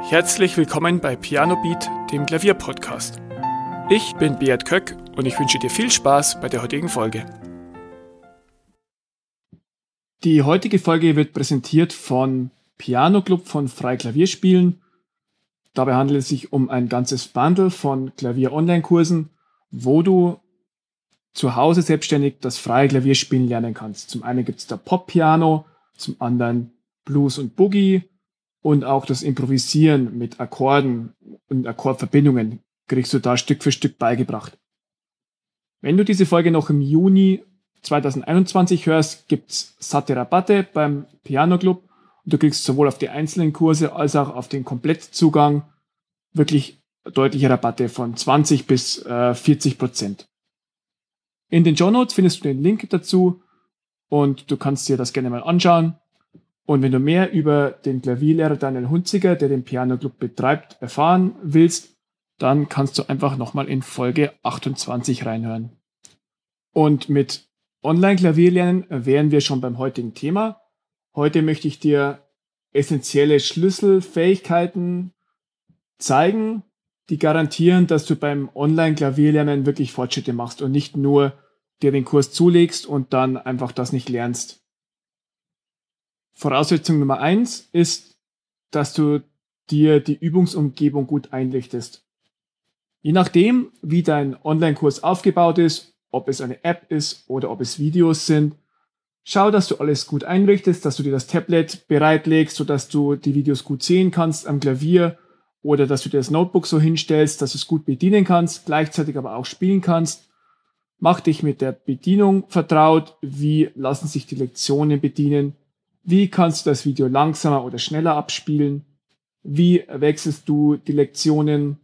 Herzlich willkommen bei Piano Beat, dem Klavierpodcast. Ich bin Beat Köck und ich wünsche dir viel Spaß bei der heutigen Folge. Die heutige Folge wird präsentiert von Piano Club von Frei Klavierspielen. Dabei handelt es sich um ein ganzes Bundle von Klavier-Online-Kursen, wo du zu Hause selbstständig das freie Klavierspielen lernen kannst. Zum einen gibt es da Pop-Piano, zum anderen Blues und Boogie und auch das Improvisieren mit Akkorden und Akkordverbindungen kriegst du da Stück für Stück beigebracht. Wenn du diese Folge noch im Juni 2021 hörst, gibt es satte Rabatte beim Piano Club und du kriegst sowohl auf die einzelnen Kurse als auch auf den Komplettzugang wirklich deutliche Rabatte von 20 bis 40%. In den Shownotes findest du den Link dazu und du kannst dir das gerne mal anschauen. Und wenn du mehr über den Klavierlehrer Daniel Hunziker, der den Piano Club betreibt, erfahren willst, dann kannst du einfach nochmal in Folge 28 reinhören. Und mit Online-Klavierlernen wären wir schon beim heutigen Thema. Heute möchte ich dir essentielle Schlüsselfähigkeiten zeigen, die garantieren, dass du beim Online-Klavierlernen wirklich Fortschritte machst und nicht nur dir den Kurs zulegst und dann einfach das nicht lernst. Voraussetzung Nummer 1 ist, dass du dir die Übungsumgebung gut einrichtest. Je nachdem, wie dein Online-Kurs aufgebaut ist, ob es eine App ist oder ob es Videos sind, schau, dass du alles gut einrichtest, dass du dir das Tablet bereitlegst, sodass du die Videos gut sehen kannst am Klavier oder dass du dir das Notebook so hinstellst, dass du es gut bedienen kannst, gleichzeitig aber auch spielen kannst. Mach dich mit der Bedienung vertraut, wie lassen sich die Lektionen bedienen. Wie kannst du das Video langsamer oder schneller abspielen? Wie wechselst du die Lektionen?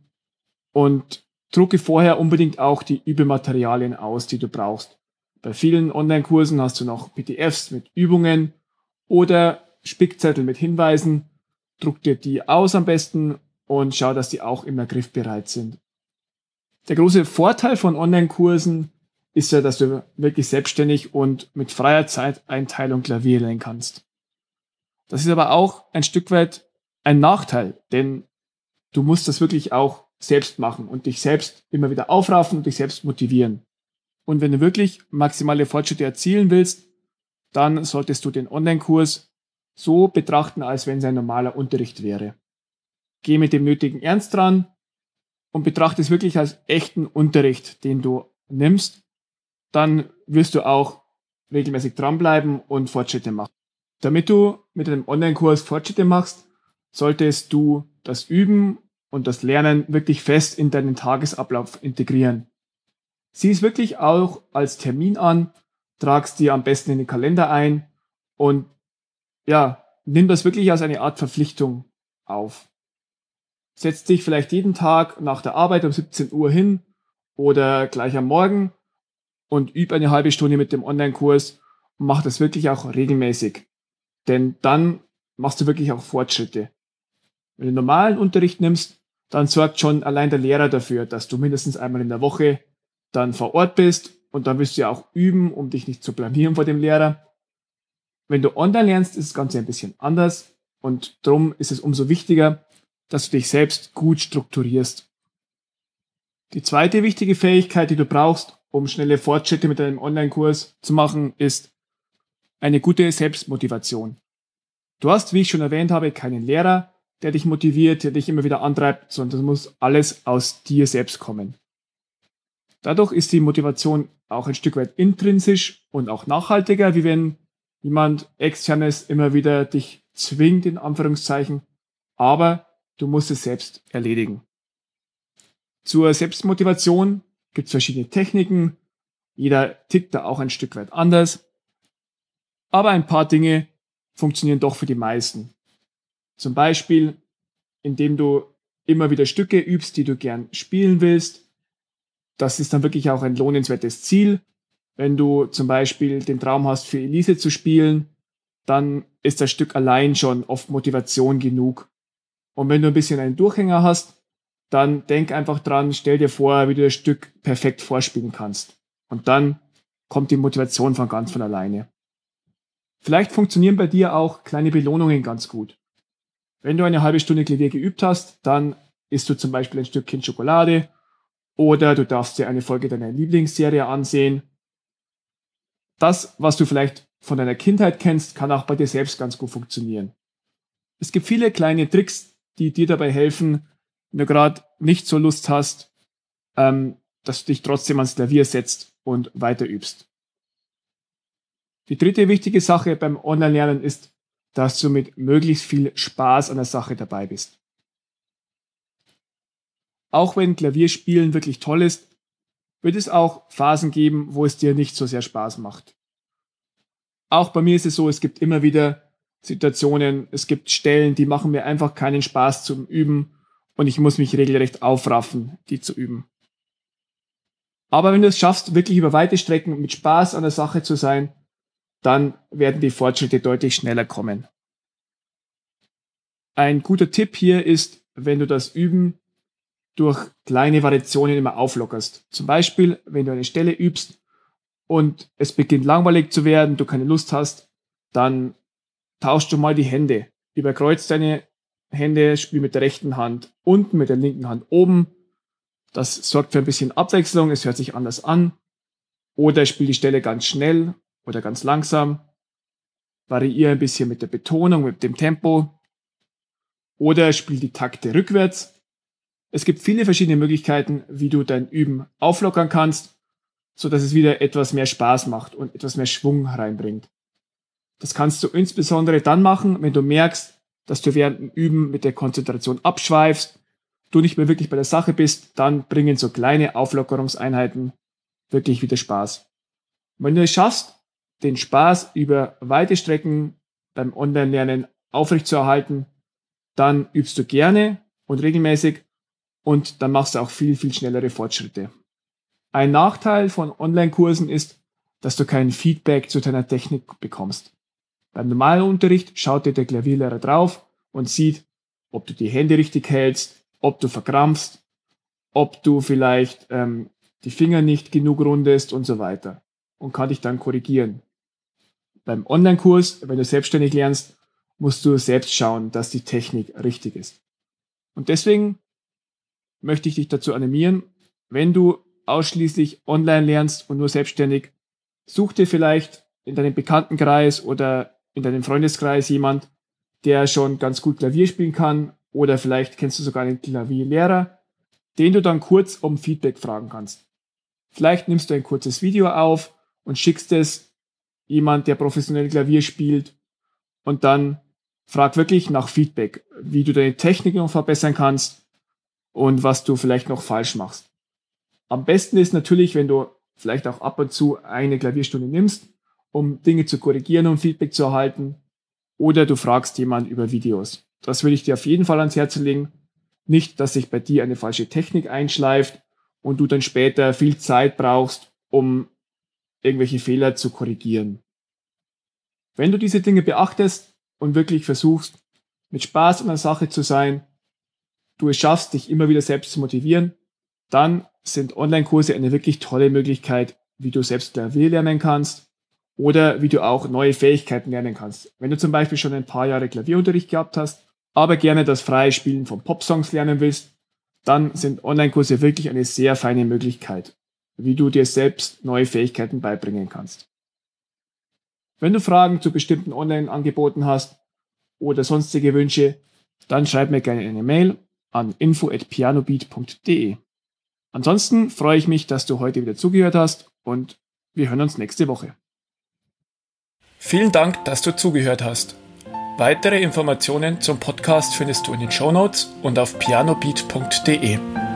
Und drucke vorher unbedingt auch die Übematerialien aus, die du brauchst. Bei vielen Online-Kursen hast du noch PDFs mit Übungen oder Spickzettel mit Hinweisen. Druck dir die aus am besten und schau, dass die auch immer griffbereit sind. Der große Vorteil von Online-Kursen ist ja, dass du wirklich selbstständig und mit freier Zeiteinteilung Klavier lernen kannst. Das ist aber auch ein Stück weit ein Nachteil, denn du musst das wirklich auch selbst machen und dich selbst immer wieder aufraffen und dich selbst motivieren. Und wenn du wirklich maximale Fortschritte erzielen willst, dann solltest du den Online-Kurs so betrachten, als wenn es ein normaler Unterricht wäre. Geh mit dem nötigen Ernst dran und betrachte es wirklich als echten Unterricht, den du nimmst. Dann wirst du auch regelmäßig dranbleiben und Fortschritte machen. Damit du mit einem Online-Kurs Fortschritte machst, solltest du das Üben und das Lernen wirklich fest in deinen Tagesablauf integrieren. Sieh es wirklich auch als Termin an, trag's dir am besten in den Kalender ein und nimm das wirklich als eine Art Verpflichtung auf. Setz dich vielleicht jeden Tag nach der Arbeit um 17 Uhr hin oder gleich am Morgen und üb eine halbe Stunde mit dem Online-Kurs und mach das wirklich auch regelmäßig. Denn dann machst du wirklich auch Fortschritte. Wenn du normalen Unterricht nimmst, dann sorgt schon allein der Lehrer dafür, dass du mindestens einmal in der Woche dann vor Ort bist und dann wirst du ja auch üben, um dich nicht zu blamieren vor dem Lehrer. Wenn du online lernst, ist das Ganze ein bisschen anders und darum ist es umso wichtiger, dass du dich selbst gut strukturierst. Die zweite wichtige Fähigkeit, die du brauchst, um schnelle Fortschritte mit deinem Online-Kurs zu machen, ist eine gute Selbstmotivation. Du hast, wie ich schon erwähnt habe, keinen Lehrer, der dich motiviert, der dich immer wieder antreibt, sondern das muss alles aus dir selbst kommen. Dadurch ist die Motivation auch ein Stück weit intrinsisch und auch nachhaltiger, wie wenn jemand Externes immer wieder dich zwingt, in Anführungszeichen, aber du musst es selbst erledigen. Zur Selbstmotivation gibt es verschiedene Techniken, jeder tickt da auch ein Stück weit anders, aber ein paar Dinge funktionieren doch für die meisten. Zum Beispiel, indem du immer wieder Stücke übst, die du gern spielen willst. Das ist dann wirklich auch ein lohnenswertes Ziel. Wenn du zum Beispiel den Traum hast, für Elise zu spielen, dann ist das Stück allein schon oft Motivation genug. Und wenn du ein bisschen einen Durchhänger hast, dann denk einfach dran, stell dir vor, wie du das Stück perfekt vorspielen kannst. Und dann kommt die Motivation von ganz von alleine. Vielleicht funktionieren bei dir auch kleine Belohnungen ganz gut. Wenn du eine halbe Stunde Klavier geübt hast, dann isst du zum Beispiel ein Stückchen Schokolade oder du darfst dir eine Folge deiner Lieblingsserie ansehen. Das, was du vielleicht von deiner Kindheit kennst, kann auch bei dir selbst ganz gut funktionieren. Es gibt viele kleine Tricks, die dir dabei helfen, wenn du gerade nicht so Lust hast, dass du dich trotzdem ans Klavier setzt und weiter übst. Die dritte wichtige Sache beim Online-Lernen ist, dass du mit möglichst viel Spaß an der Sache dabei bist. Auch wenn Klavierspielen wirklich toll ist, wird es auch Phasen geben, wo es dir nicht so sehr Spaß macht. Auch bei mir ist es so, es gibt immer wieder Situationen, es gibt Stellen, die machen mir einfach keinen Spaß zum Üben und ich muss mich regelrecht aufraffen, die zu üben. Aber wenn du es schaffst, wirklich über weite Strecken mit Spaß an der Sache zu sein, dann werden die Fortschritte deutlich schneller kommen. Ein guter Tipp hier ist, wenn du das Üben durch kleine Variationen immer auflockerst. Zum Beispiel, wenn du eine Stelle übst und es beginnt langweilig zu werden, du keine Lust hast, dann tauschst du mal die Hände. Überkreuz deine Hände, spiel mit der rechten Hand unten, mit der linken Hand oben. Das sorgt für ein bisschen Abwechslung, es hört sich anders an. Oder spiel die Stelle ganz schnell oder ganz langsam. Variiere ein bisschen mit der Betonung, mit dem Tempo. Oder spiel die Takte rückwärts. Es gibt viele verschiedene Möglichkeiten, wie du dein Üben auflockern kannst, sodass es wieder etwas mehr Spaß macht und etwas mehr Schwung reinbringt. Das kannst du insbesondere dann machen, wenn du merkst, dass du während dem Üben mit der Konzentration abschweifst, du nicht mehr wirklich bei der Sache bist, dann bringen so kleine Auflockerungseinheiten wirklich wieder Spaß. Und wenn du es schaffst, den Spaß über weite Strecken beim Online-Lernen aufrechtzuerhalten, dann übst du gerne und regelmäßig und dann machst du auch viel, viel schnellere Fortschritte. Ein Nachteil von Online-Kursen ist, dass du kein Feedback zu deiner Technik bekommst. Beim normalen Unterricht schaut dir der Klavierlehrer drauf und sieht, ob du die Hände richtig hältst, ob du verkrampfst, ob du vielleicht die Finger nicht genug rundest und so weiter und kann dich dann korrigieren. Beim Online-Kurs, wenn du selbstständig lernst, musst du selbst schauen, dass die Technik richtig ist. Und deswegen möchte ich dich dazu animieren, wenn du ausschließlich online lernst und nur selbstständig, such dir vielleicht in deinem Bekanntenkreis oder in deinem Freundeskreis jemand, der schon ganz gut Klavier spielen kann oder vielleicht kennst du sogar einen Klavierlehrer, den du dann kurz um Feedback fragen kannst. Vielleicht nimmst du ein kurzes Video auf und schickst es jemand, der professionell Klavier spielt und dann frag wirklich nach Feedback, wie du deine Technik noch verbessern kannst und was du vielleicht noch falsch machst. Am besten ist natürlich, wenn du vielleicht auch ab und zu eine Klavierstunde nimmst, um Dinge zu korrigieren und Feedback zu erhalten, oder du fragst jemanden über Videos. Das würde ich dir auf jeden Fall ans Herz legen. Nicht, dass sich bei dir eine falsche Technik einschleift und du dann später viel Zeit brauchst, um irgendwelche Fehler zu korrigieren. Wenn du diese Dinge beachtest und wirklich versuchst, mit Spaß an der Sache zu sein, du es schaffst, dich immer wieder selbst zu motivieren, dann sind Online-Kurse eine wirklich tolle Möglichkeit, wie du selbst Klavier lernen kannst oder wie du auch neue Fähigkeiten lernen kannst. Wenn du zum Beispiel schon ein paar Jahre Klavierunterricht gehabt hast, aber gerne das freie Spielen von Popsongs lernen willst, dann sind Online-Kurse wirklich eine sehr feine Möglichkeit, wie du dir selbst neue Fähigkeiten beibringen kannst. Wenn du Fragen zu bestimmten Online-Angeboten hast oder sonstige Wünsche, dann schreib mir gerne eine Mail an info@pianobeat.de. Ansonsten freue ich mich, dass du heute wieder zugehört hast und wir hören uns nächste Woche. Vielen Dank, dass du zugehört hast. Weitere Informationen zum Podcast findest du in den Shownotes und auf pianobeat.de.